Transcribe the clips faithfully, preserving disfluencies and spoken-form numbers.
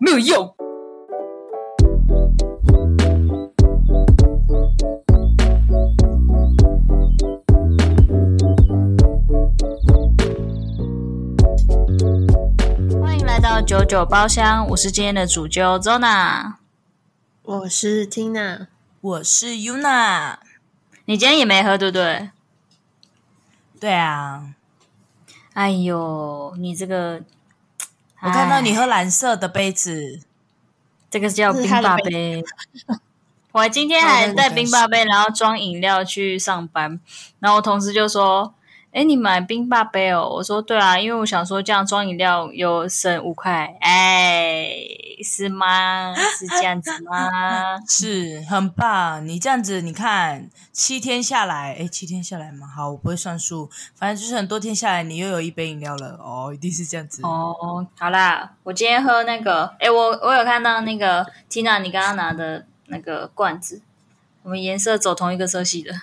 乐用。欢迎来到九九包厢，我是今天的主揪 Zona， 我是 Tina， 我是 Yuna。 你今天也没喝对不对？ 对啊。 哎呦，你这个， 我看到你喝蓝色的杯子， 这个叫冰霸杯。我今天还带冰霸杯，然后装饮料去上班，然后我同事就说：“哎，你买冰霸杯哦？”我说：“对啊，因为我想说这样装饮料有省五块。”哎，是吗？是这样子吗？ 是很棒。你这样子，你看七天下来，哎，七天下来嘛，好，我不会算数，反正就是很多天下来，你又有一杯饮料了哦，一定是这样子。 哦，好啦，我今天喝那个，哎，我我有看到那个 Tina， 你刚刚拿的那个罐子，我们颜色走同一个色系的。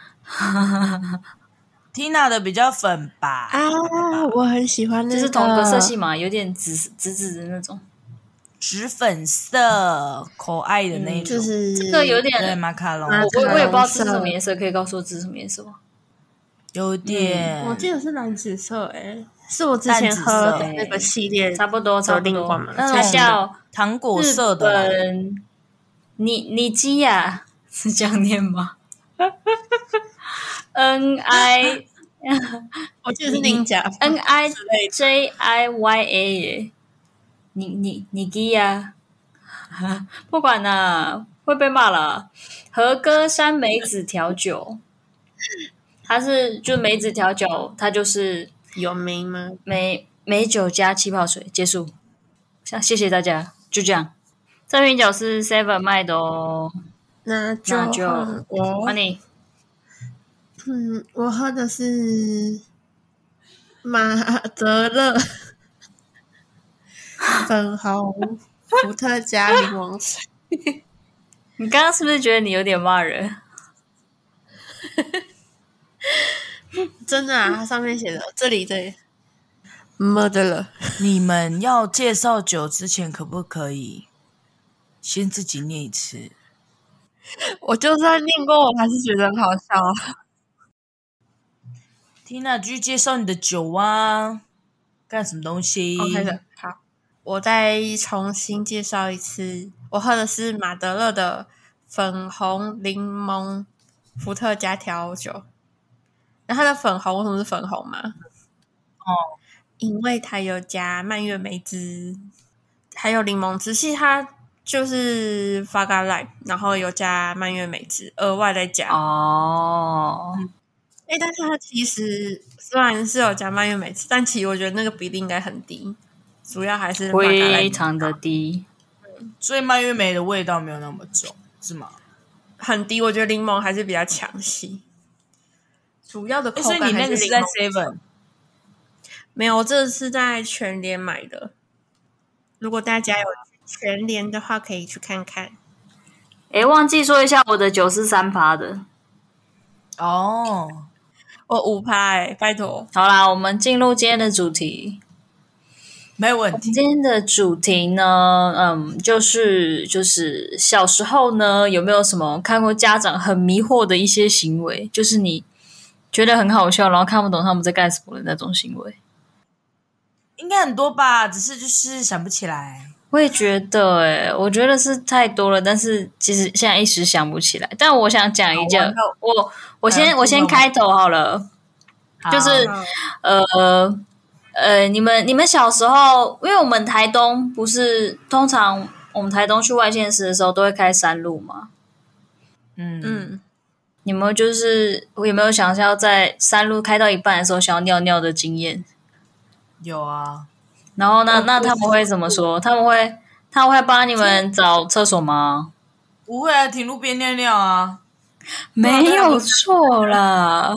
Tina 的比较粉吧？ 啊，我很喜欢那个， 就是同个色系嘛，有点紫紫紫的那种， 紫粉色，可爱的那一种。 嗯、就是这个有点对马卡龙， 我我我也不知道这是什么颜色，可以告诉我这是什么颜色吗？ 有点、 嗯，我记得是蓝紫色，诶，是我之前喝的那个系列， 差不多差不多， 它叫糖果色的。 日本尼尼基亚是这样念吗？N I， 我记得是宁甲 N I J I Y A 耶，你你尼基亚，不管啦，会被骂了。和歌山梅子调酒，它是就梅子调酒，它就是有名吗？ 梅梅酒加气泡水，结束。谢谢大家，就这样。这瓶酒是 Seven 卖的哦。 那就那就我换你。 嗯，我喝的是马德勒粉红伏特加柠檬水。 你刚刚是不是觉得你有点骂人？ 真的啊，它上面写的这里这里马德勒。 你们要介绍酒之前，可不可以先自己念一次？ 我就算念过，我还是觉得很好笑啊。 Tina，继续介绍你的酒啊，干什么东西 ？OK 的，好，我再重新介绍一次。我喝的是马德勒的粉红柠檬伏特加调酒。那它的粉红为什么是粉红吗？ 哦， 因为它有加蔓越莓汁，还有柠檬汁，其实它就是发嘎赖，然后有加蔓越莓汁，额外再加。 哦， 嗯，哎，但是它其实虽然是有加蔓越莓汁，但其实我觉得那个比例应该很低，主要还是非常的低， 所以蔓越莓的味道没有那么重，是吗？ 很低，我觉得柠檬还是比较强势。主要的口感还是柠檬。 所以你那个是在 Seven？ 没有，我这是在全联买的。如果大家有全联的话，可以去看看。 诶，忘记说一下，我的酒是三趴的。 哦， 我五趴哎，拜托。 好啦，我们进入今天的主题。 没问题。 今天的主题呢，嗯，就是就是小时候呢，有没有什么看过家长很迷惑的一些行为？就是你觉得很好笑，然后看不懂他们在干什么的那种行为。 应该很多吧，只是就是想不起来。 我也觉得诶，我觉得是太多了，但是其实现在一时想不起来。但我想讲一件，我我先、嗯、我先开头好了，好就是呃呃，你们你们小时候，因为我们台东不是通常我们台东去外县市的时候都会开山路嘛， 嗯嗯， 你们就是有没有想要在山路开到一半的时候想要尿尿的经验？ 有啊。 然后呢？那他们会怎么说？他们会他们会帮你们找厕所吗？ 不会啊，停路边尿尿啊， 没有错啦。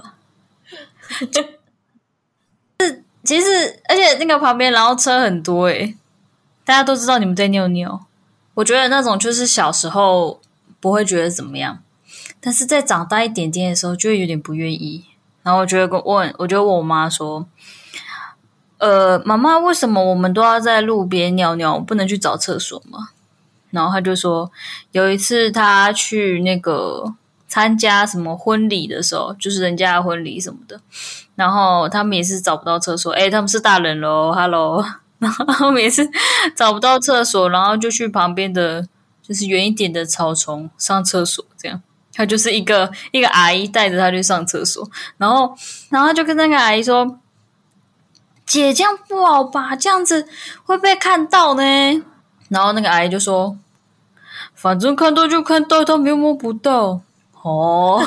是，其实而且那个旁边，然后车很多诶，大家都知道你们在尿尿。我觉得那种就是小时候不会觉得怎么样，但是在长大一点点的时候，就会有点不愿意。然后我觉得我问，我就问我妈说。 呃，妈妈，为什么我们都要在路边尿尿，不能去找厕所吗？然后他就说，有一次他去那个参加什么婚礼的时候，就是人家的婚礼什么的，然后他们也是找不到厕所，诶他们是大人咯 ，Hello， 然后他们也是找不到厕所，然后就去旁边的就是远一点的草丛上厕所，这样。他就是一个一个阿姨带着他去上厕所，然后然后他就跟那个阿姨说。姐，这样不好吧？这样子会被看到呢。然后那个阿姨就说：“反正看到就看到，他们又摸不到。”哦，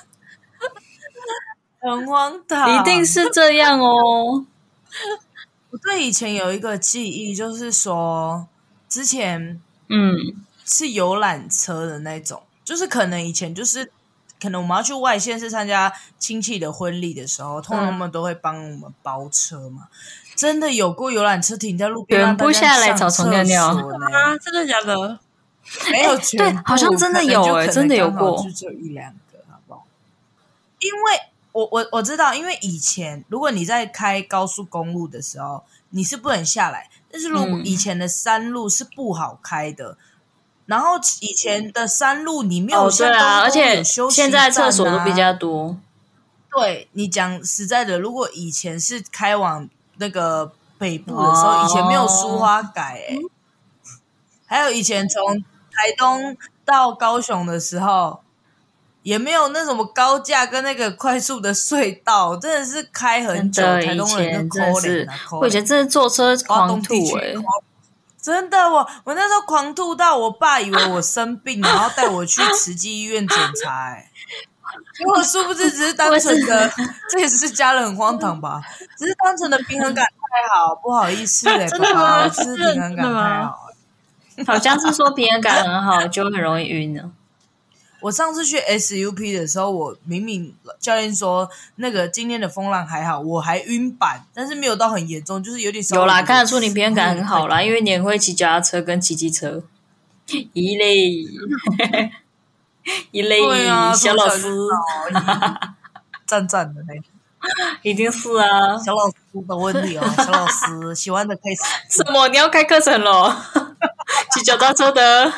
很荒唐， 一定是这样哦。 我对以前有一个记忆，就是说之前嗯是游览车的那种，就是可能以前就是。可能我们要去外县市参加亲戚的婚礼的时候，通常他们都会帮我们包车嘛。真的有过游览车停在路边， 全部下来草丛尿尿啊！真的假的？ 没有全部， 对，好像真的有诶、欸，真的有过， 就只有一两个，好不好？因为我我我知道，因为以前如果你在开高速公路的时候，你是不能下来，但是如果以前的山路是不好开的。嗯然后以前的山路你没有像高速公路有休息站啊， 而且现在厕所都比较多。 对，你讲实在的，如果以前是开往那个北部的时候，哦、以前没有苏花改哎、欸，还有以前从台东到高雄的时候，也没有那什么高架跟那个快速的隧道，真的是开很久。台东人就抠脸啊， 我以前真的坐车狂吐哎、欸。 真的，我我那时候狂吐到我爸以为我生病，然后带我去慈济医院检查、欸。结果殊不知只是单纯的，这也是家人很荒唐吧？只是单纯的平衡感太好，不好意思哎、欸， 真的吗？ 就是平衡感太好。 好像是说平衡感很好，就很容易晕呢。 我上次去 S U P 的时候，我明明教练说那个今天的风浪还好，我还晕板，但是没有到很严重，就是有点有啦，看得出你平衡感很好啦，因为你也会骑脚踏车跟骑机车，一类一类、啊、小老师， 赞赞的那种， 一定是啊， 小老师的问题哦，小老师喜欢的可以什么？你要开课程咯？骑脚踏车的。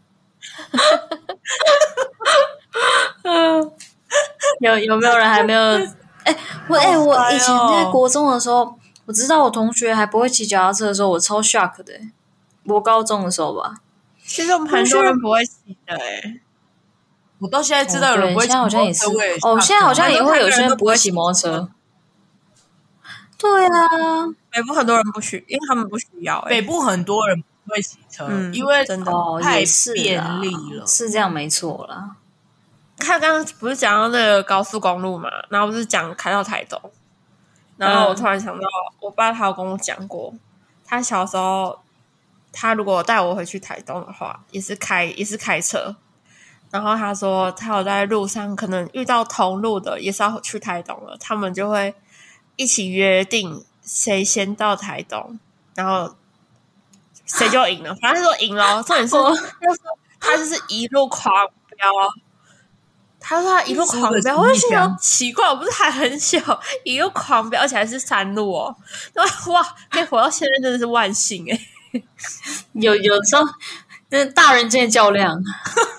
嗯，有有没有人还没有？哎、欸，我哎、欸，我以前在国中的时候，我知道我同学还不会骑脚踏车的时候，我超 shock 的、欸。我高中的时候吧， 其实我们很多人不会骑的哎、欸。 我到现在知道有人不会骑摩托车， 哦，现在好像也是。哦，现在好像也会有些人不会骑摩托车。对啊， 北部很多人不需，因为他们不需要、欸。 北部很多人不会骑车，嗯、因为真的太便利了， 哦、是, 是这样没错啦。 他刚刚不是讲到那个高速公路嘛，然后不是讲开到台东，然后我突然想到，嗯、我爸他有跟我讲过，他小时候他如果带我回去台东的话，也是开也是开车，然后他说他有在路上可能遇到同路的也是要去台东了，他们就会一起约定谁先到台东，然后谁就赢了，反正他说赢了，重点是他说他就是一路狂飙。他说他一路狂飙，我就心想奇怪，我不是还很小，一路狂飙，而且还是山路哦。哇，可以活到现在真的是万幸哎！ 有有时候，真的大人间的较量。我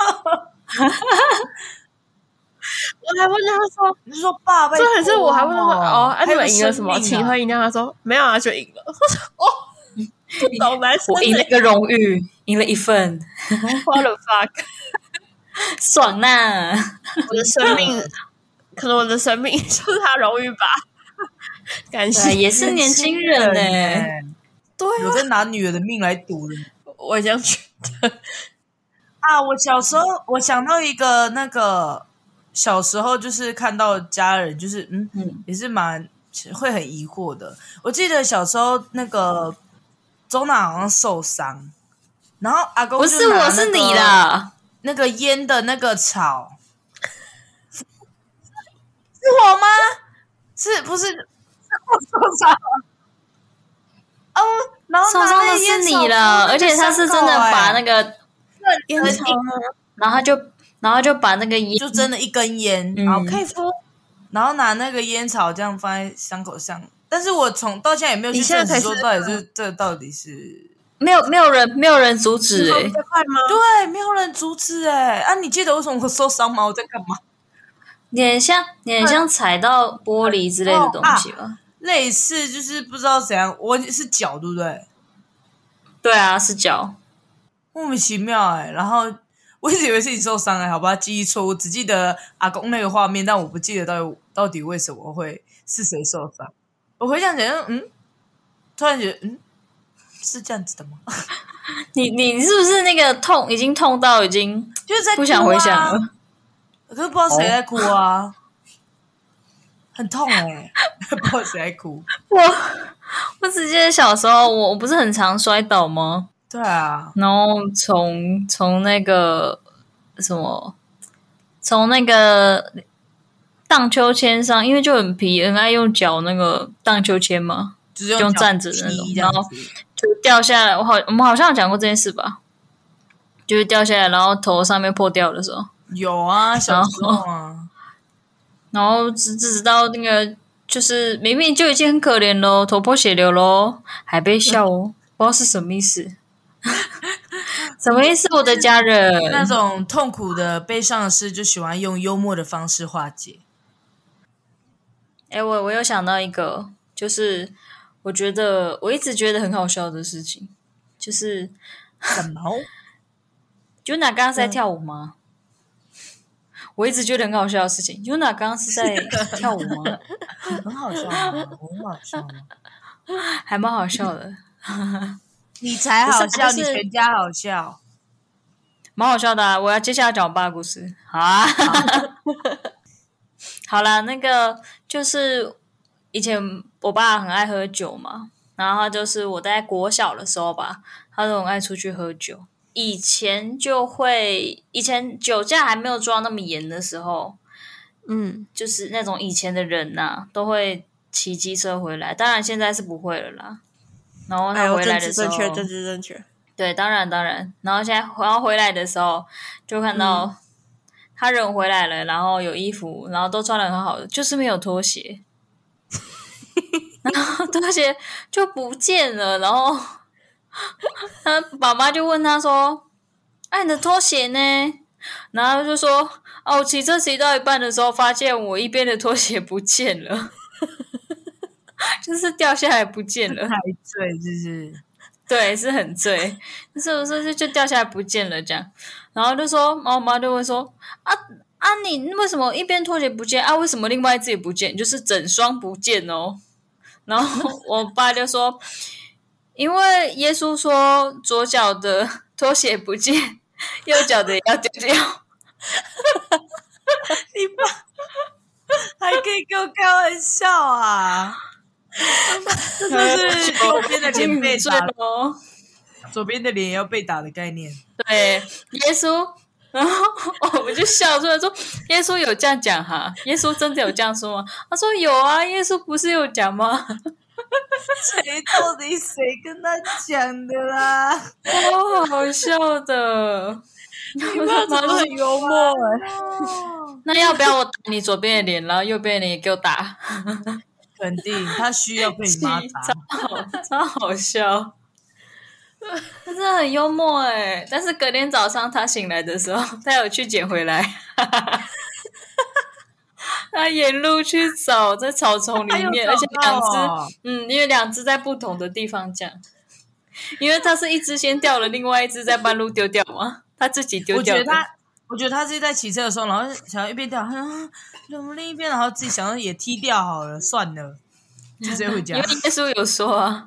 还问他说：“ 你是说爸爸？” 这很是我还问他说：“哦，啊、你们赢了什么？请喝饮料。”他说：“没有啊，就赢了。”我说：“哦，不懂男生， 我赢了一个荣誉，赢了一份。 What the fuck！” 爽呐、啊！ 我的生命，可能我的生命就是他荣誉吧。感谢， 也是年轻人呢、欸。 对、啊， 有在拿女儿的命来赌的。 我这样觉得啊！我小时候，我想到一个那个小时候，就是看到家人，就是嗯嗯，也是蛮会很疑惑的。我记得小时候那个周娜好像受伤，然后阿公就拿、那个、 不是我是你啦。 那个烟的那个草，是我吗？是不是？是我受伤了。哦，然后受伤的是你了，而且他是真的把那个烟草， 然后他就，然后就把那个烟， 就真的一根烟，然后可以敷，然后拿那个烟草这样放在伤口上。 但是我从到现在也没有去证实说到底是这到底是没有没有人没有人阻止哎、欸， 对，没有人阻止哎、欸、啊！你记得为什么我受伤吗？我在干嘛？ 你很像你很像踩到玻璃之类的东西吧？ 哦啊、类似就是不知道怎样，我是脚对不对？ 对啊，是脚， 莫名其妙哎、欸。然后我一直以为是你受伤哎、欸，好吧，记忆错误，只记得阿公那个画面，但我不记得到底到底为什么会是谁受伤。我回想起来，嗯，突然觉得，嗯，是这样子的吗？ 你你是不是那个痛已经痛到已经就是在、啊、 不想回想了？ 可是不知道谁在哭啊，哦、很痛哎、欸，不知道谁在哭。 我我只记得小时候，我我不是很常摔倒吗？ 对啊， 然后从从那个什么，从那个。荡秋千上，因为就很皮，很爱用脚那个荡秋千嘛， 就是用, 用站着的那种，然后就掉下来。我好，我们好像有讲过这件事吧？就是掉下来，然后头上面破掉的时候， 有啊，小时候啊， 然后直直到那个，就是明明就已经很可怜咯，头破血流咯，还被笑哦，不知道是什么意思。什么意思？我的家人那种痛苦的、悲伤的事，就喜欢用幽默的方式化解。 哎，我我有想到一个，就是我觉得我一直觉得很好笑的事情，就是什么？ Yuna 刚刚是在跳舞吗？嗯、我一直觉得很好笑的事情 ，Yuna 刚刚是在跳舞吗？ 很好笑吗？很好笑吗？ 还蛮好笑的。 你才好笑，你全家好笑， 蛮好笑的啊！我要接下来讲我爸的故事。好啊。好啦，那个就是以前我爸很爱喝酒嘛，然后就是我在国小的时候吧，他都很爱出去喝酒。以前就会，以前酒驾还没有抓那么严的时候， 嗯， 就是那种以前的人呐、啊，都会骑机车回来。当然现在是不会了啦。然后他回来的时候， 政治正确，政治正确。 对，当然当然。然后现在然后回来的时候，就看到。嗯他人回来了，然后有衣服，然后都穿得很好的，就是没有拖鞋，然后拖鞋就不见了。然后他爸妈就问他说：“哎、啊，你的拖鞋呢？”然后就说：“哦，我骑车骑到一半的时候，发现我一边的拖鞋不见了，就是掉下来不见了。” 太醉，就是对，是很醉，是不是就掉下来不见了这样？然后就说，然后我妈就会说啊啊，你为什么一边拖鞋不见啊？为什么另外一只也不见？就是整双不见哦。然后我爸就说，因为耶稣说左脚的拖鞋不见，右脚的也要丢掉。 你爸还可以给我开玩笑啊！这就是左边的脸被打哦， 左边的脸要被打的概念。 对，耶稣，然后我们就笑出来说：“耶稣有这样讲哈？耶稣真的有这样说吗？”他说：“有啊，耶稣不是有讲吗？” 谁到底谁跟他讲的啦？ 超好笑的， 你爸真的很幽默哎、 欸。那要不要我打你左边的脸，然后右边的脸也给我打？ 肯定，他需要被你妈打， 超好，超好笑。他真的很幽默哎，但是隔天早上他醒来的时候，他有去捡回来。他沿路去找，在草丛里面，而且两只，嗯，因为两只在不同的地方讲，因为他是一只先掉了，另外一只在半路丢掉嘛，他自己丢掉的。 我觉得他，我觉得他是在骑车的时候，然后想要一边掉，啊，怎么另一边，然后自己想要也踢掉好了，算了，就直接回家。 因为耶稣有说啊。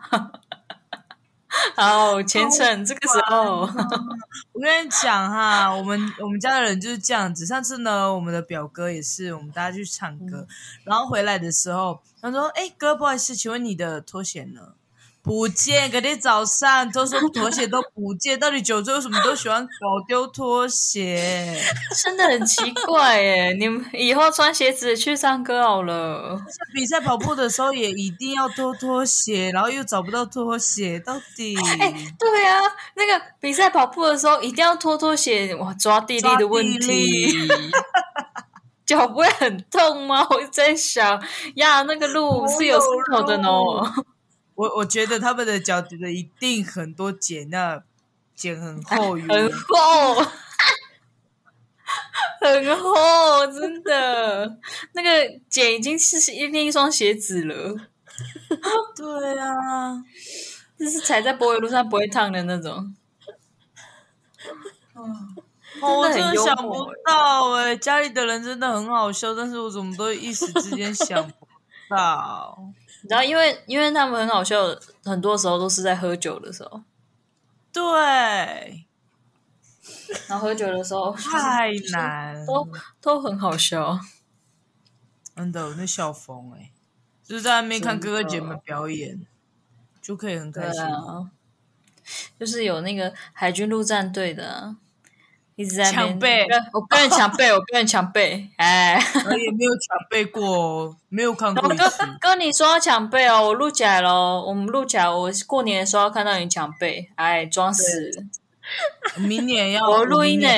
好虔诚，这个时候， 我跟你讲哈，我们我们家的人就是这样子。上次呢，我们的表哥也是，我们大家去唱歌，嗯、然后回来的时候，他说：“哎，哥，不好意思，请问你的拖鞋呢？不见。隔天早上都说拖鞋都不见，到底酒醉为什么都喜欢搞丢拖鞋？ 真的很奇怪耶！你们以后穿鞋子去唱歌好了。 像比赛跑步的时候也一定要脱拖鞋，然后又找不到拖鞋，到底？ 哎，对啊，那个比赛跑步的时候一定要脱拖鞋，哇，抓地力的问题。 脚不会很痛吗？我在想呀，那个路是有石头的呢。 我我觉得他们的脚趾的一定很多茧，那茧很厚， 很厚，很厚，真的，那个茧已经是一另一双鞋子了。 对啊， 就是踩在柏油路上不会烫的那种。 嗯，我真的想不到哎、欸，家里的人真的很好笑，但是我怎么都一时之间想不到。 你知道，因为因为他们很好笑，很多时候都是在喝酒的时候。 对， 然后喝酒的时候太难， 都都很好笑。 真的，那笑疯哎、欸，就是在那边看哥哥姐们表演，就可以很开心。 啊、就是有那个海军陆战队的、啊。一直在抢背， 我跟人抢背，我跟人抢背，哎， 我也没有抢背过，没有看过一次。 跟跟你说要抢背哦，我录起来咯，我们录起来，我过年的时候要看到你抢背，哎，装死。 明年要我录音呢，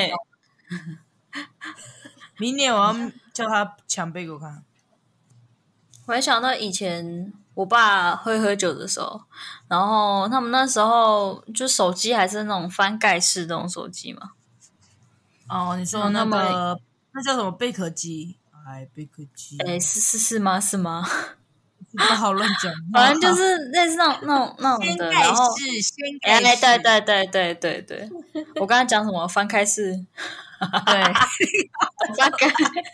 明年我要叫他抢背给我看。 我还想到以前我爸会喝酒的时候，然后他们那时候就手机还是那种翻盖式那种手机嘛。 哦，你说那个那叫什么贝壳机？哎，贝壳机。 哎，是是是吗？是吗？ 不好乱讲。 反正就是类似那种那种那种的，然后哎， 对对对对对对，我刚才讲什么？翻开式。 对， 翻开，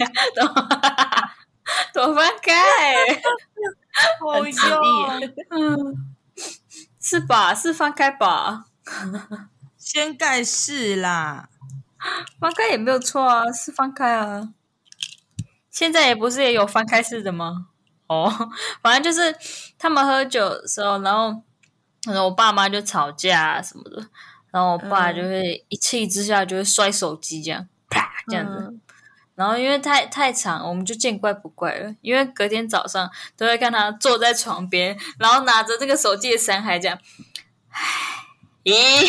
躲翻开， 好笑。 嗯，是吧？是翻开吧？ 掀盖式啦。 翻开也没有错啊，是翻开啊。现在也不是也有翻开式的吗？哦，反正就是他们喝酒的时候，然后然后我爸妈就吵架、啊、什么的，然后我爸就会一气之下就会摔手机，这样啪这样子。嗯、然後因为太太长，我们就见怪不怪了。因为隔天早上都会看他坐在床边，然后拿着这个手机的残骸这样，唉。咦，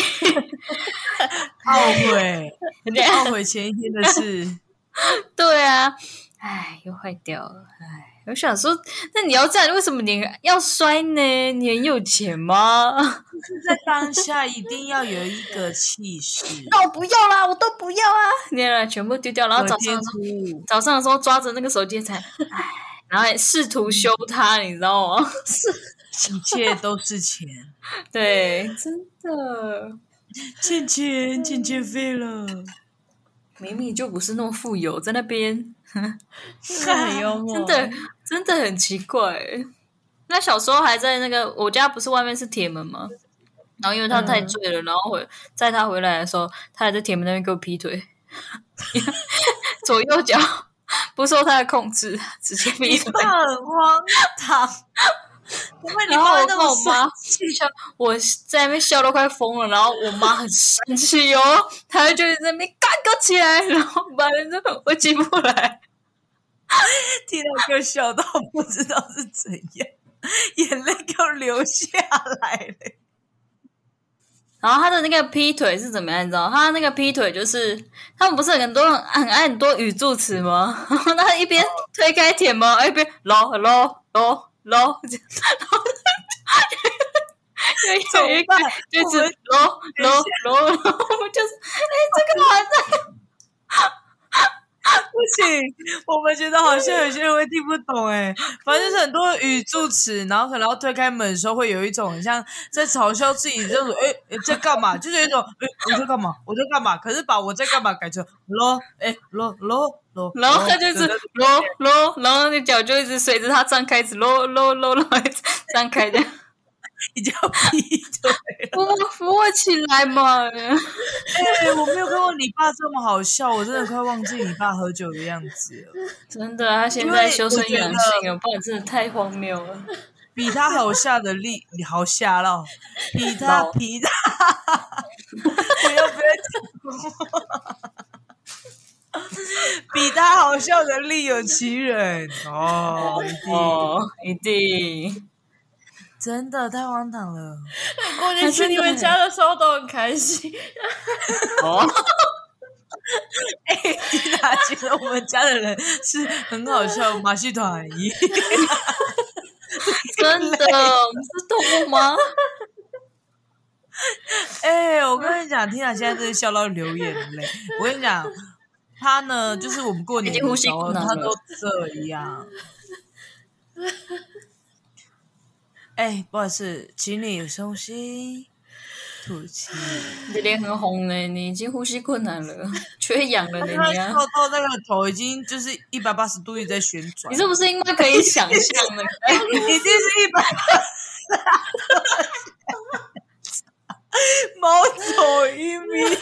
懊悔，懊悔前一天的事。 对啊，哎，又坏掉了，哎，我想说，那你要这样，为什么你要摔呢？你很有钱吗？ 就是在当下一定要有一个气势。 那我不要啦，我都不要啊！你来全部丢掉，然后早上早上的时候抓着那个手机才，哎，然后试图修它，你知道吗？ 是，一切都是钱。 对，真的欠钱，欠钱废了。 明明就不是那么富有，在那边很幽默， 真的真的很奇怪。那小时候还在那个我家，不是外面是铁门吗？然后因为他太醉了，嗯、然后回在他回来的时候，他还在铁门那边给我劈腿，左右脚不受他的控制，直接劈腿， 很荒唐。 然后我跟我妈笑，我在那边笑都快疯了，然后我妈很生气哦，她就在那边赶个起来，然后把人就我起不来， 听到就笑到不知道是怎样，眼泪就流下来了。 然后他的那个劈腿是怎么样？你知道，他那个劈腿就是他们不是很多很爱很多语助词吗？然后他一边推开铁门，一边喽喽喽。喽，然后有一个就是喽喽喽，我们就是哎，这个完蛋， 不行，我们觉得好像有些人会听不懂哎，反正就是很多语助词，然后可能要推开门的时候会有一种很像在嘲笑自己这种哎在干嘛，就是有一种哎我在干嘛我在干嘛，可是把我在干嘛改成喽哎喽喽。 然后他就是喽喽，然后那脚就一直随着他张开，一直喽喽喽喽，一直张开的， 你就要劈腿了， 扶我扶我起来嘛！哎、 欸，我没有看过你爸这么好笑，我真的快忘记你爸喝酒的样子了。 真的，他现在修身养性了，不然真的太荒谬了。 比他好下的力，你好下了，比他比他，不要不要讲。比他好笑的力有其人哦，一定、 哦、一定， 真的太荒唐了。 过年去你们家的时候都很开心。 哦，哎、欸， 蒂娜觉得我们家的人是很好笑，马戏团而已。 真的，是动物吗？ 哎、欸，我跟你讲，缇娜现在真的笑到流眼泪。我跟你讲，他呢，就是我们过年的时候，他都这样。哎、欸，不好意思，请你深呼吸，吐气。 你的脸很红呢，你已经呼吸困难了，缺氧了呢，你啊！ 笑到那个头已经就是一百八十度一直在旋转。 你是不是因为可以想象呢？ 一定是一百八十。毛走一米，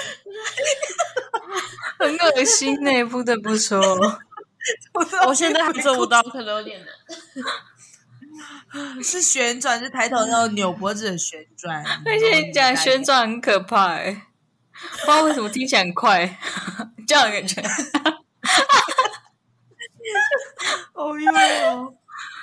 很恶心呢，不得不说。 我现在还做不到，可能有点难。 是旋转，是抬头然后扭脖子的旋转。 而且你讲旋转很可怕哎，不知道为什么听起来很快，这样的感觉。 哦哟。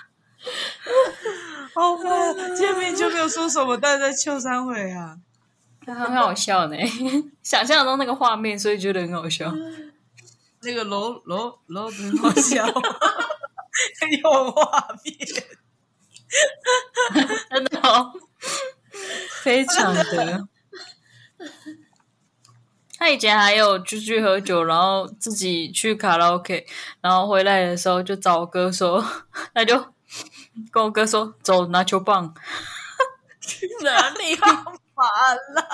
好烦！今天明明就没有说什么，但是在秋三回啊， 很好笑呢。想象中那个画面，所以觉得很好笑。 那个楼楼楼很好笑，有画面， 真的哦，非常的。他以前还有出去喝酒，然后自己去卡拉 OK， 然后回来的时候就找我哥说，他就。跟我哥说走拿球棒， 去哪里干嘛啦？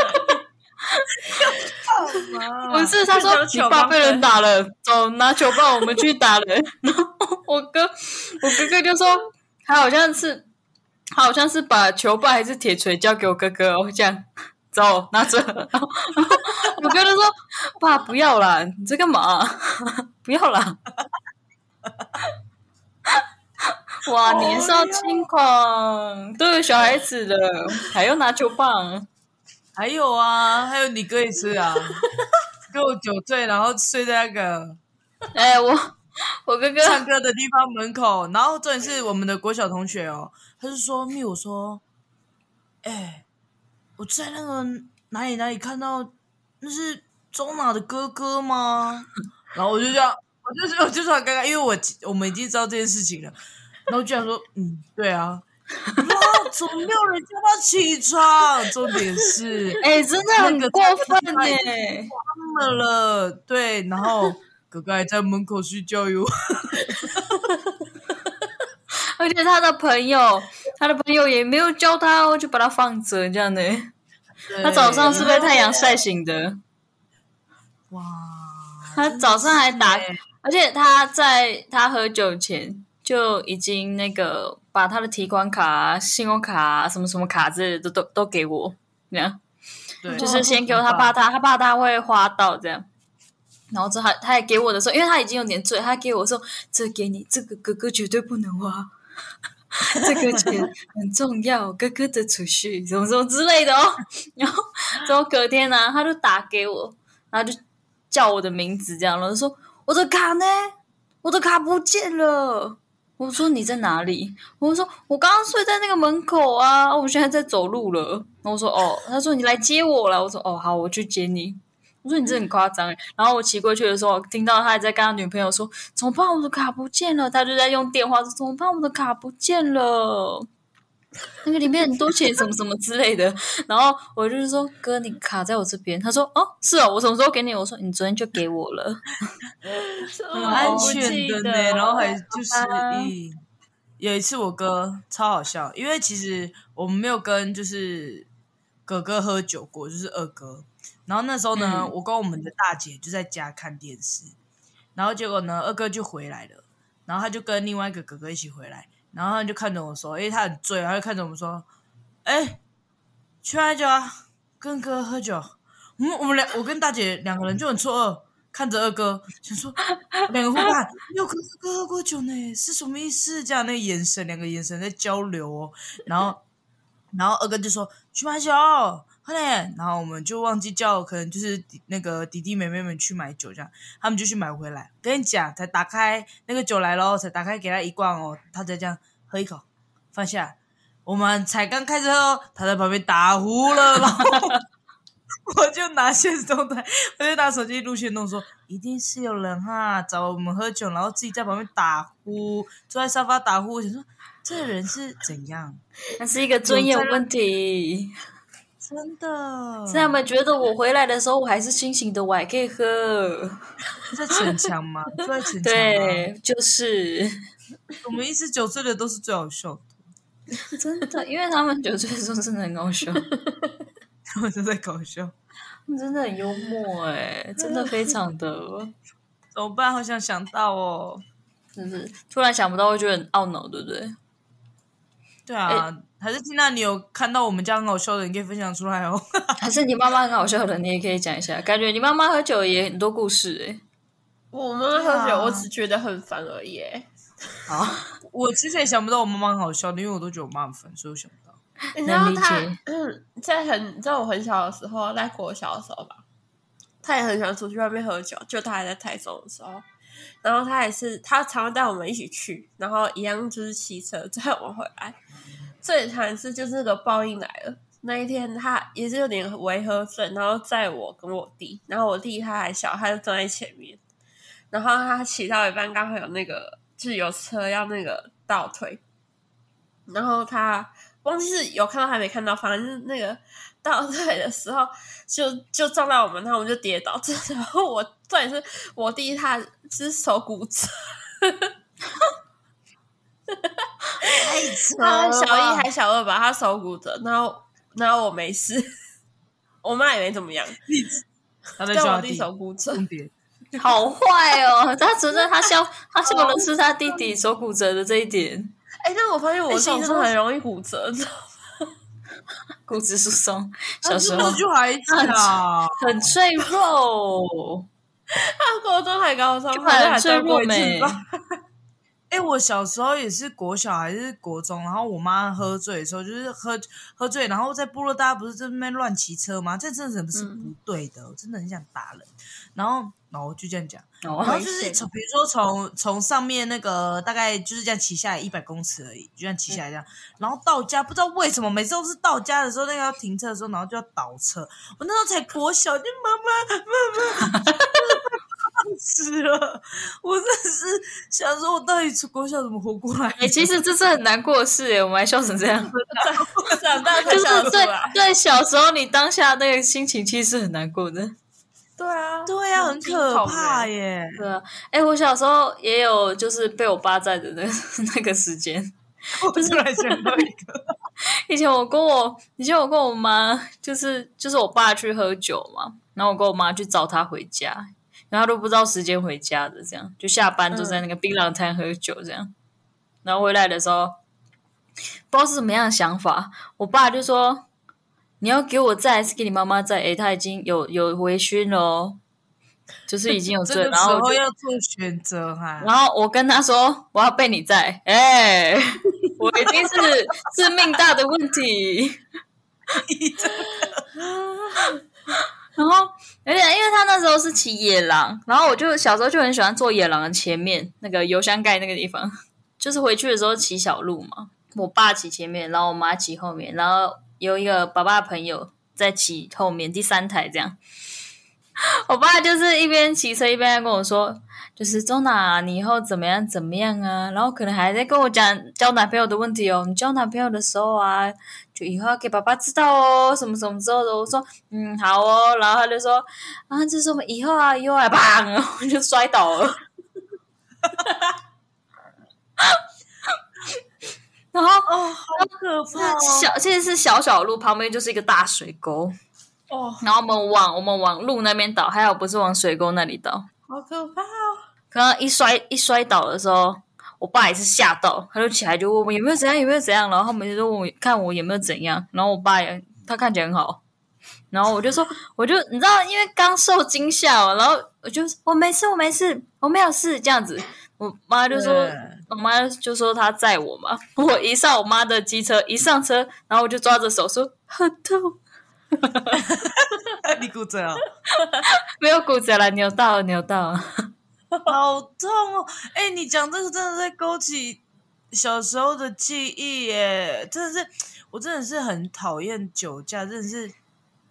干嘛？ 不是，他说你爸被人打了，走拿球棒，我们去打人。然后我哥，我哥哥就说他好像是，他好像是把球棒还是铁锤交给我哥哥哦，这样走拿着。我哥就说爸不要啦，你在干嘛？不要啦。哇，年少轻狂，都有小孩子了，还要拿球棒？ 还有啊，还有你哥也是啊，跟我酒醉，然后睡在那个， 哎、欸，我我哥哥唱歌的地方门口，然后重点是我们的国小同学哦，他就说密我说，哎、欸，我在那个哪里哪里看到那是周娜的哥哥吗？然后我就这样，我就是我就是很尴尬，因为我我们已经知道这件事情了。然后就想说，嗯，对啊，哇，怎么没有人叫他起床？重点是， 哎、欸，真的很过分哎， 关门了，对，然后哥哥还在门口睡觉哟。 而且他的朋友，他的朋友也没有叫他哦，就把他放着这样的。他早上是被太阳晒醒的。 哇！ 他早上还打，而且他在他喝酒前。就已经那个把他的提款卡、啊、信用卡、啊、什么什么卡之类的都都都给我，这样，对，就是先给我，他怕他他怕他会花到这样，然后之后他他也给我的时候，因为他已经有点醉，他给我说这给你，这个哥哥绝对不能花，这个钱很重要，哥哥的储蓄什么什么之类的哦，然后之后隔天呢、啊，他就打给我，然后就叫我的名字这样，然后就说我的卡呢，我的卡不见了。我说你在哪里？我说我刚刚睡在那个门口啊，我现在在走路了。我说哦，他说你来接我了。我说哦，好，我去接你。我说你这很夸张欸。然后我骑过去的时候，听到他还在跟他女朋友说怎么办，我的卡不见了。他就在用电话说怎么办，我的卡不见了。那个里面很多钱什么什么之类的，然后我就是说哥你卡在我这边，他说哦是哦，我什么时候给你？我说你昨天就给我了， 很安全的呢，然后还就是一有一次我哥超好笑，因为其实我们没有跟就是哥哥喝酒过，就是二哥，然后那时候呢、嗯、我跟我们的大姐就在家看电视，然后结果呢二哥就回来了，然后他就跟另外一个哥哥一起回来，然后他就看着我说，因为他很醉，他就看着我们说，哎，去喝酒啊，跟哥喝酒。我们我们两，我跟大姐两个人就很错愕，看着二哥，想说两个互看，没有跟二哥喝过酒呢，是什么意思？这样那个眼神，两个眼神在交流哦。然后，然后二哥就说去买酒，快点。然后我们就忘记叫，可能就是那个弟弟妹妹们去买酒，这样他们就去买回来。跟你讲，才打开那个酒来咯，才打开给他一罐哦，他才这样喝一口，放下。我们才刚开始喝，他在旁边打呼了，然后我就拿现实动态，我就拿手机录线动说，一定是有人哈找我们喝酒，然后自己在旁边打呼，坐在沙发打呼。我想说，这个人是怎样？ 那是一个尊严问题。 真的， 是他们觉得我回来的时候我还是清醒的，我还可以喝。 在逞强吗？坐在逞强吗？ 对，就是。 我们一十九岁的都是最好笑的。 真的，因为他们九岁的时候真的很搞笑。 他们真的在搞笑， 他们真的很幽默哎，真的非常的。 怎么办？好想想到哦， 就是突然想不到，会觉得很懊恼，对不对？ 对啊，欸、还是听到你有看到我们家很好笑的，你可以分享出来哦。 还是你妈妈很好笑的，你也可以讲一下。感觉你妈妈喝酒也很多故事哎。 我妈妈喝酒，我只觉得很烦而已。 好，我其实也想不到我妈妈很好笑的，因为我都觉得我妈很烦，所以我想不到。 你知道她，嗯，在很在我很小的时候，在国小的时候吧，她也很喜欢出去外面喝酒。就她还在台中的时候，然后她也是，她常常带我们一起去，然后一样就是骑车载我们回来。最惨的是就是那个报应来了。那一天她也是有点微喝醉，然后载我跟我弟，然后我弟他还小，他就站在前面，然后他骑到一半，刚好有那个就是有车要那个倒退，然后他忘记是有看到还没看到，反正就是那个倒退的时候就就撞到我们，然后我们就跌倒。然后我重点是我弟他是手骨折。 太扯他了， 小一还小二吧，他手骨折，然后然后我没事，我妈也没怎么样， 他在叫我弟手骨折， 好坏哦！他觉得他笑，他笑的是他弟弟手骨折的这一点。 哎、欸，但我发现我弟真的很容易骨折，知道吗？ 骨质疏松，小时候就还小， 很脆弱。 他国中还高中， 很脆弱没？ 哎、欸，我小时候也是国小还是国中，然后我妈喝醉的时候，就是喝喝醉，然后在部落大家不是在那边乱骑车吗？这真的是不对的，嗯、我真的很想打人。然后，然后就这样讲， 哦、 然后就是从比如说从从上面那个大概就是这样骑下来一百公尺而已，就这样骑下来这样，嗯、然后到家不知道为什么每次都是到家的时候那个要停车的时候，然后就要倒车。我那时候才国小，就妈妈妈妈。死了！我真的是想说，我到底从国小怎么活过来？ 哎、欸，其实这是很难过的事哎，我们还笑成这样， 长大才笑得出来。 就是对对，小时候你当下那个心情其实是很难过的。 对啊， 对啊，很可怕耶。 对啊，哎、欸，我小时候也有就是被我爸载的那那个时间。 我突然想到一个， 以前我跟我以前我跟我妈就是就是我爸去喝酒嘛，然后我跟我妈去找他回家。然后他都不知道时间回家的，这样就下班都在那个槟榔摊喝酒这样，嗯、然后回来的时候不知道是什么样的想法，我爸就说你要给我载还是给你妈妈载？诶，他已经有有微醺了哦，就是已经有醉，然后要做选择哈。 然后我跟他说我要被你载，哎，我已经是是命大的问题。然后，而且因为他那时候是骑野狼，然后我就小时候就很喜欢坐野狼的前面那个油箱盖那个地方，就是回去的时候骑小路嘛，我爸骑前面，然后我妈骑后面，然后有一个爸爸的朋友在骑后面第三台这样。我爸就是一边骑车一边在跟我说，就是周娜，你以后怎么样怎么样啊，然后可能还在跟我讲交男朋友的问题哦，你交男朋友的时候啊，就以后要给爸爸知道哦，什么什么之后的。我说嗯好哦，然后他就说啊，这是我们以后啊，以后啊，砰，然后就摔倒了。然后哦，好可怕哦！ 小其实是小小路旁边就是一个大水沟。 哦， 然后我们往我们往路那边倒，还好不是往水沟那里倒， 好可怕哦！ 可能一摔一摔倒的时候，我爸也是吓到，他就起来就问我有没有怎样有没有怎样，然后他们就问我看我有没有怎样，然后我爸也他看起来很好，然后我就说我就你知道因为刚受惊吓哦，然后我就我没事我没事我没有事这样子，我妈就说我妈就说她载我嘛，我一上我妈的机车一上车，然后我就抓着手说很痛。 你骨折了？ 没有骨折了，扭到了，扭到了， 好痛哦！哎、欸，你讲这个真的在勾起小时候的记忆耶，真的是，我真的是很讨厌酒驾，真的是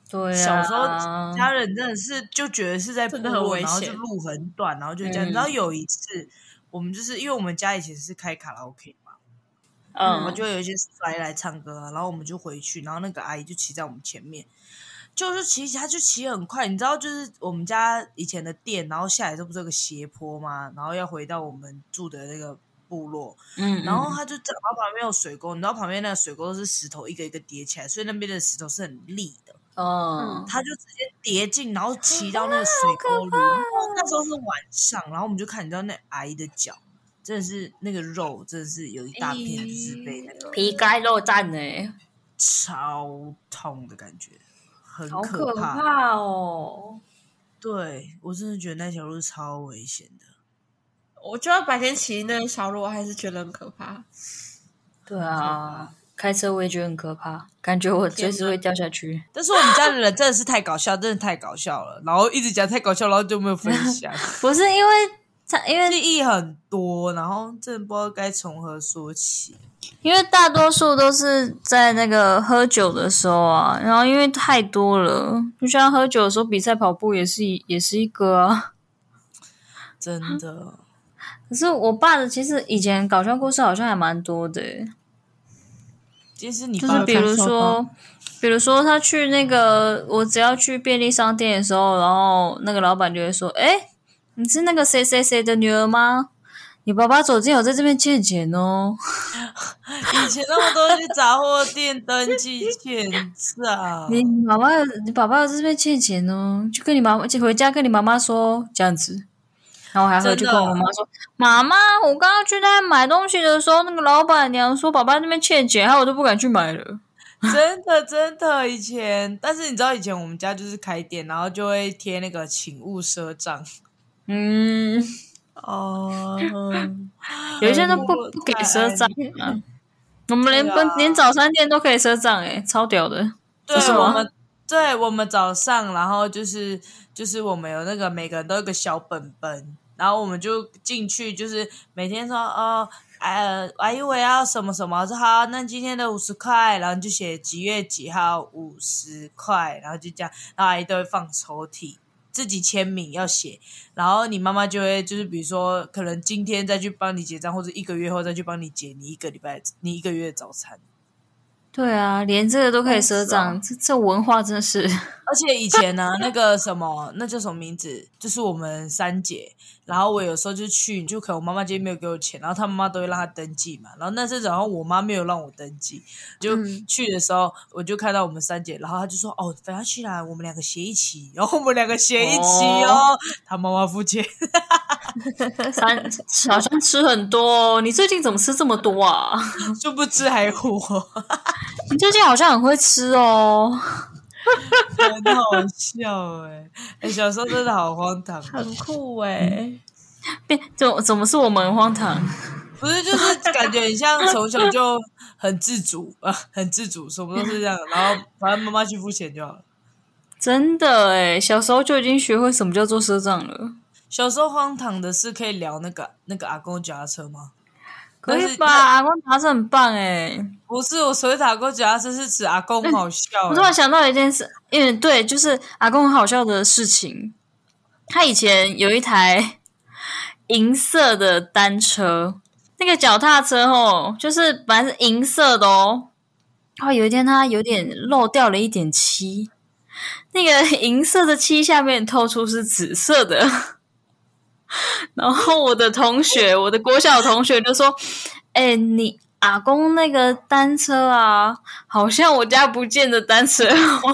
对啊， 小时候家人真的是就觉得是在部落，然后就路很短，然后就这样。嗯、然后有一次，我们就是因为我们家以前是开卡拉 OK 嘛，嗯，然后就有一些阿姨来唱歌，然后我们就回去，然后那个阿姨就骑在我们前面，就是骑骑，她就骑很快，你知道，就是我们家以前的店，然后下来这不是有个斜坡吗？然后要回到我们住的那个部落，嗯，然后他就正好旁边有水沟，你知道旁边那个水沟都是石头一个一个叠起来，所以那边的石头是很利的。哦，他就直接跌进，然后骑到那个水沟里。那时候是晚上，然后我们就看，你知道那阿姨的脚，真的是那个肉，真的是有一大片是被那个皮盖肉绽呢， 超痛的感觉，很可可怕, 好可怕哦。 对，我真的觉得那条路超危险的。 我觉得白天骑那条路，我还是觉得很可怕。 对啊。开车我也觉得很可怕，感觉我随时会掉下去。 但是我们家的人真的是太搞笑，真的太搞笑了，然后一直讲太搞笑，然后就没有分享。 不是因为他，因为记忆很多，然后真的不知道该从何说起。 因为大多数都是在那个喝酒的时候啊，然后因为太多了，就像喝酒的时候比赛跑步也是也是一个啊， 真的。 可是我爸的其实以前搞笑故事好像还蛮多的。 就是你就是比如说，比如说他去那个，我只要去便利商店的时候，然后那个老板就会说：“哎，你是那个谁谁谁的女儿吗？你爸爸走进有在这边欠钱哦。” 以前那么多去杂货店登记欠账， 你妈妈，你爸爸在这边欠钱哦，就跟你妈妈，就回家跟你妈妈说这样子。然后我还回去跟我妈妈说：“妈妈，我刚刚去那买东西的时候，那个老板娘说爸爸那边欠钱，害我都不敢去买了。” 真的真的，以前，但是你知道以前我们家就是开店，然后就会贴那个请勿赊账。 嗯， 哦， 有一些都不不给赊账啊。我们连、啊、连早餐店都可以赊账，哎，超屌的。 对，我们对我们早上，然后就是就是我们有那个每个人都有一个小本本。然后我们就进去，就是每天说哦，呃，阿姨我要什么什么，说好，那今天的五十块，然后你就写几月几号五十块，然后就这样，然后阿姨都会放抽屉，自己签名要写，然后你妈妈就会就是比如说，可能今天再去帮你结账，或者一个月后再去帮你结你一个礼拜你一个月的早餐。 对啊，连这个都可以赊账，这这文化真是。 而且以前呢，那个什么，那叫什么名字？就是我们三姐，然后我有时候就去，就可能我妈妈今天没有给我钱，然后她妈妈都会让她登记嘛。然后那阵子好像我妈没有让我登记，就去的时候、嗯、我就看到我们三姐，然后她就说：“哦，等下去啦，我们两个写一起。”然后我们两个写一起哦，她妈妈付钱。 三好像吃很多哦，你最近怎么吃这么多啊？ 就不吃还活。 你最近好像很会吃哦。 很好笑哎、欸！哎、欸，小时候真的好荒唐， 很酷哎、欸！ 变怎怎么是我们很荒唐？ 不是，就是感觉很像从小就很自主啊，很自主，什么都是这样，然后反正妈妈去付钱就好了。 真的哎，小时候就已经学会什么叫做赊账了。 小时候荒唐的是可以聊那个那个阿公脚踏车吗？ 可以吧，阿公脚踏车很棒哎。 不是，我所谓的阿公脚踏车是指阿公很好笑、欸。 我突然想到一件事，因为对，就是阿公很好笑的事情。他以前有一台银色的单车，那个脚踏车哦，就是本来是银色的哦，然后有一天他有点漏掉了一点漆，那个银色的漆下面透出是紫色的。然后我的同学，我的国小同学就说：“哎、欸，你阿公那个单车啊，好像我家不见的单车。”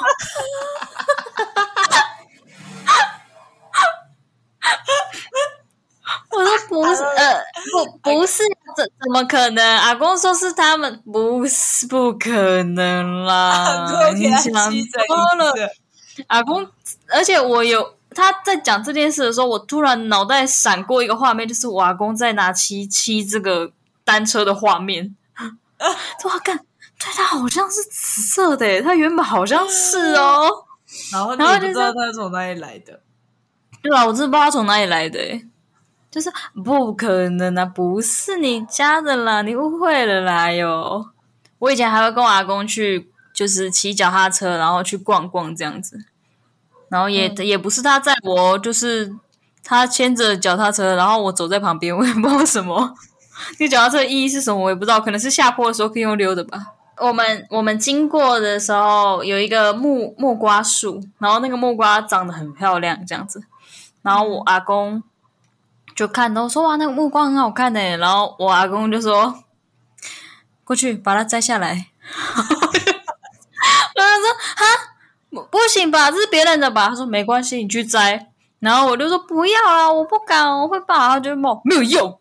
我说不是，呃，不不是，怎怎么可能？阿公说是他们，不是，不可能啦！你想多了，阿公，而且我有。他在讲这件事的时候，我突然脑袋闪过一个画面，就是我阿公在拿漆漆这个单车的画面。哇，干，对，他好像是紫色的耶，他原本好像是哦。 然后你也不知道他是从哪里来的。 对啊，我真的不知道他从哪里来的耶，就是不可能啊，不是你家的啦，你误会了啦哟。我以前还会跟我阿公去就是骑脚踏车，然后去逛逛这样子。然后也、嗯、也不是他载我，就是他牵着脚踏车，然后我走在旁边，我也不知道为什么。那脚踏车的意义是什么，我也不知道，可能是下坡的时候可以用溜的吧。我们我们经过的时候有一个木木瓜树，然后那个木瓜长得很漂亮，这样子。然后我阿公就看到说哇，那个木瓜很好看耶，然后我阿公就说过去把它摘下来。我就说哈。不行吧，这是別人的吧？他說沒關係，你去摘。然後我就說不要啊，我不敢，我會把它就冇沒有用。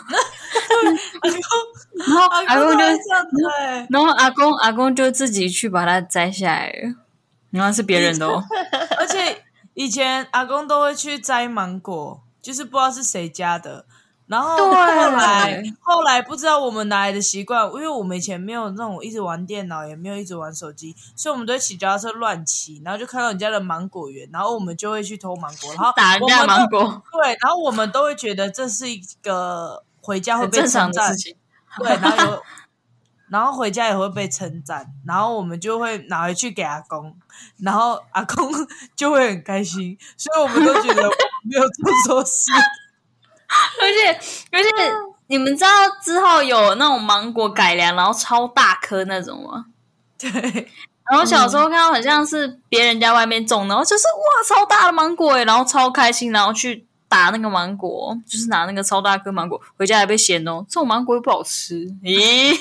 然後阿公就然後阿公阿公就自己去把它摘下來了，然後是別人的哦。 而且以前阿公都會去摘芒果，就是不知道是誰家的。然後後來後來不知道我們哪來的習慣，因為我們以前沒有那種一直玩電腦，也沒有一直玩手機，所以我們都會騎腳踏車亂騎，然後就看到人家的芒果園，然後我們就會去偷芒果，然後打人家芒果。 對，然後我們都會覺得這是一個回家會被稱讚， 正常的事情。 對，然後有然後回家也會被稱讚，然後我們就會拿回去給阿公，然後阿公就會很開心，所以我們都覺得沒有做錯事。 而且而且你們知道之後有那種芒果改良然後超大顆那種嗎？ 對， 然後小時候看到很像是別人家外面種，然後就是哇超大的芒果耶，然後超開心，然後去打那個芒果，就是拿那個超大顆芒果回家還被嫌哦，這種芒果又不好吃，咦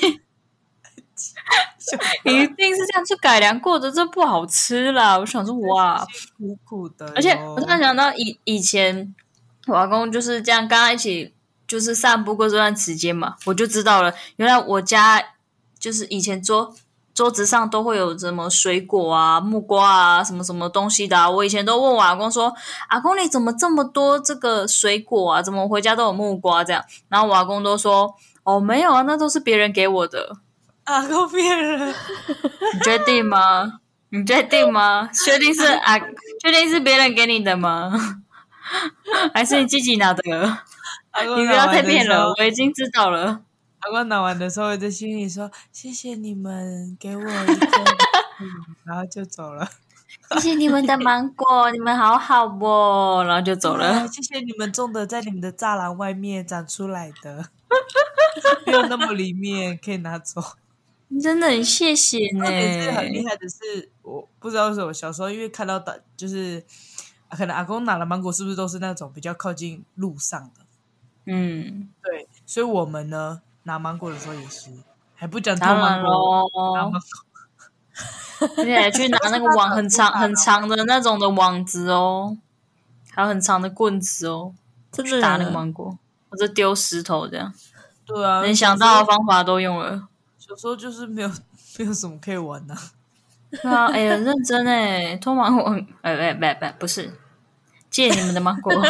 一定是這樣去改良過的，這不好吃啦。我想說哇苦苦的， 而且我突然想到以以前我阿公就是這樣跟他一起就是散步過這段時間嘛，我就知道了，原來我家就是以前桌桌子上都會有什麼水果啊、木瓜啊、什麼什麼東西的啊。我以前都問我阿公說：“阿公你怎麼這麼多這個水果啊？怎麼回家都有木瓜這樣？”然後我阿公都說：“哦，沒有啊，那都是別人給我的。” 阿公騙人？ 你確定嗎？你確定嗎？確定是啊？確定是別人給你的嗎？還是你自己拿的？你不要再騙了，我已經知道了。 阿公拿完的時候，我在心裡說：“謝謝你們給我一個、嗯，然後就走了。 謝謝你們的芒果，你們好好哦，然後就走了。 謝謝你們種的，在你們的柵欄外面長出來的，沒有那麼裡面可以拿走。 真的很謝謝呢。 也是很厲害的是，我不知道為什麼小時候因為看到的，就是可能阿公拿的芒果是不是都是那種比較靠近路上的？ 嗯， 對，所以我們呢。拿芒果的時候也是，還不講偷芒果，拿芒果， 而且還去拿那個網很長很長的那種的網子哦，還有很長的棍子哦，去打那個芒果，或者丟石頭這樣。 對啊， 能想到的方法都用了。 小時候就是沒有沒有什麼可以玩的、啊。 對啊，哎呀，認真哎，偷芒果，哎哎不不不是，借你們的芒果。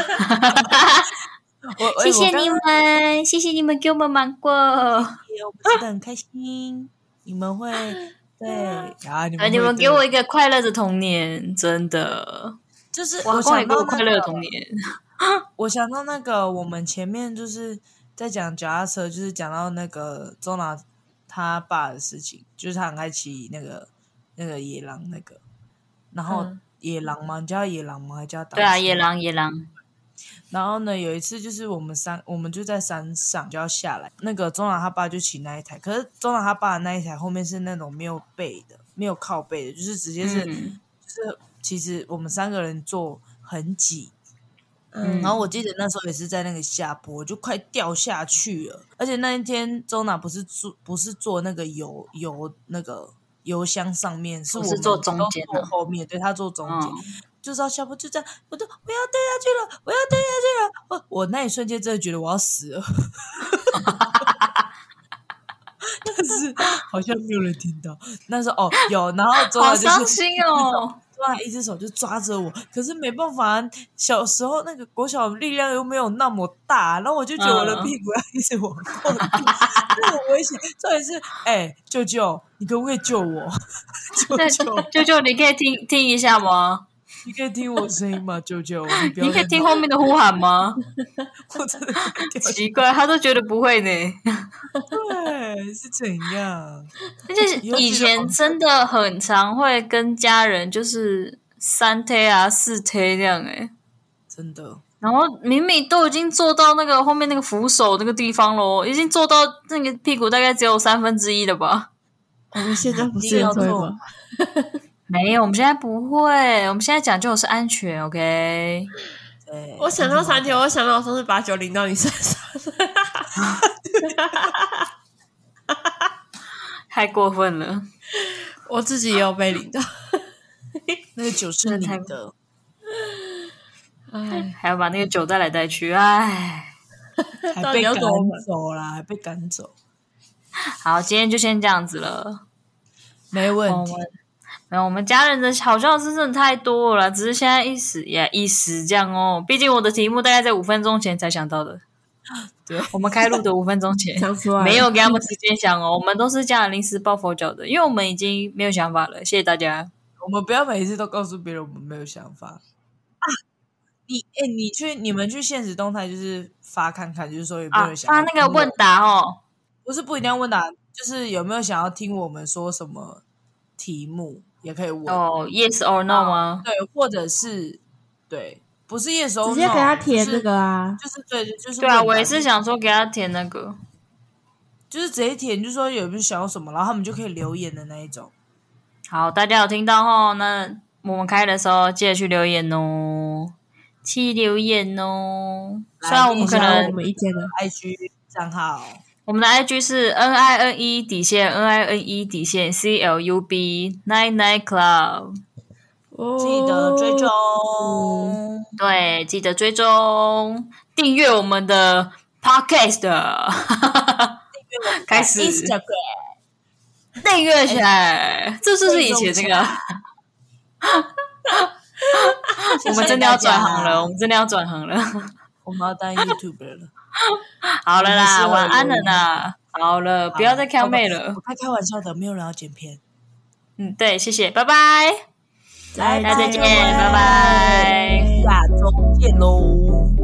謝謝你們，謝謝你們給我們芒果，我們吃得很開心。你們會對啊，你們你們給我一個快樂的童年，真的， 就是我想到、那個、快樂的童年。 我想到那個，我們前面就是在講腳踏車，就是講到那個周娜他爸的事情，就是他很愛騎那個那個野狼那個，然後、嗯、野狼嗎？你叫他野狼嗎？還叫他？ 對啊，野狼野狼。 然後呢，有一次就是我們山，我們就在山上就要下來，那個中南他爸就騎那一台，可是中南他爸的那一台後面是那種沒有背的，沒有靠背的，就是直接是，嗯、就是其實我們三個人坐很擠，嗯，然後我記得那時候也是在那個下坡，就快掉下去了，而且那一天中南不是坐不是坐那個油油那個油箱上面，是我們坐中間的， 後面，對，他坐中間。嗯，就是要下坡，就這樣，我都我要掉下去了，我要掉下去了。我我那一瞬間真的覺得我要死了，但是好像沒有人聽到。那時候哦有，然後周娜就是好傷心哦， 周娜一隻手就抓着我，可是沒辦法，小時候那個國小力量又沒有那麼大，然後我就覺得我的屁股要一直往後，那很危險。重點是，哎、欸，舅舅，你可不可以救我？舅舅， 舅舅，你可以聽聽一下嗎？ 你可以听我声音吗，舅舅？你不要你可以听后面的呼喊吗？ 我真的奇怪，他都觉得不会呢。 对，是怎样？ 而且以前真的很常会跟家人就是三推啊、四推这样哎， 真的。 然后明明都已经坐到那个后面那个扶手那个地方咯，已经坐到那个屁股大概只有三分之一了吧？ 我们现在不是要推吗？ 没有，我们现在不会，我们现在讲究的是安全 ，OK？ 对， 我想到三天，我想到我上次把酒淋到你身上， 太过分了， 我自己也有被淋到， 那个酒是你的， 哎，还要把那个酒带来带去，哎， 还被赶走啦，还被赶走。 好，今天就先这样子了， 没问题。 没有，我们家人的好笑是真的太多了啦，只是现在一时也一时这样哦。毕竟我的题目大概在五分钟前才想到的， 对， 我们开录的五分钟前想出来没有给他们时间想哦。我们都是这样临时抱佛脚的，因为我们已经没有想法了。谢谢大家。 我们不要每一次都告诉别人我们没有想法啊！你哎，你去你们去现实动态就是发看看，就是说有没有想啊发那个问答哦， 不是不一定要问答，就是有没有想要听我们说什么题目。也可以问哦 ，yes or no 吗？ 对，或者是对，不是 yes or no， 直接给他填那个啊， 就是对，就是对啊，我也是想说给他填那个， 就是直接填，就是说有没有想要什么，然后他们就可以留言的那一种。 好，大家有听到齁？那我们开的时候记得去留言哦，去留言哦。虽然我们可能我们一间的 I G 账号。 我们的 I G 是 N I N E 底线 N I N E 底线 C L U B nine nine club， 记得追踪， 对，记得追踪，订阅我们的 podcast， 开始 Instagram 订阅起来，这是不是以前那个？我们真的要转行了，我们真的要转行了， 我们要当 YouTuber 了。 好了啦，晚安了啦，好了，不要再挑妹了。 我开开玩笑的，没有人要剪片。 嗯，对，谢谢，拜拜， 大家再见，拜拜， 下周见喽。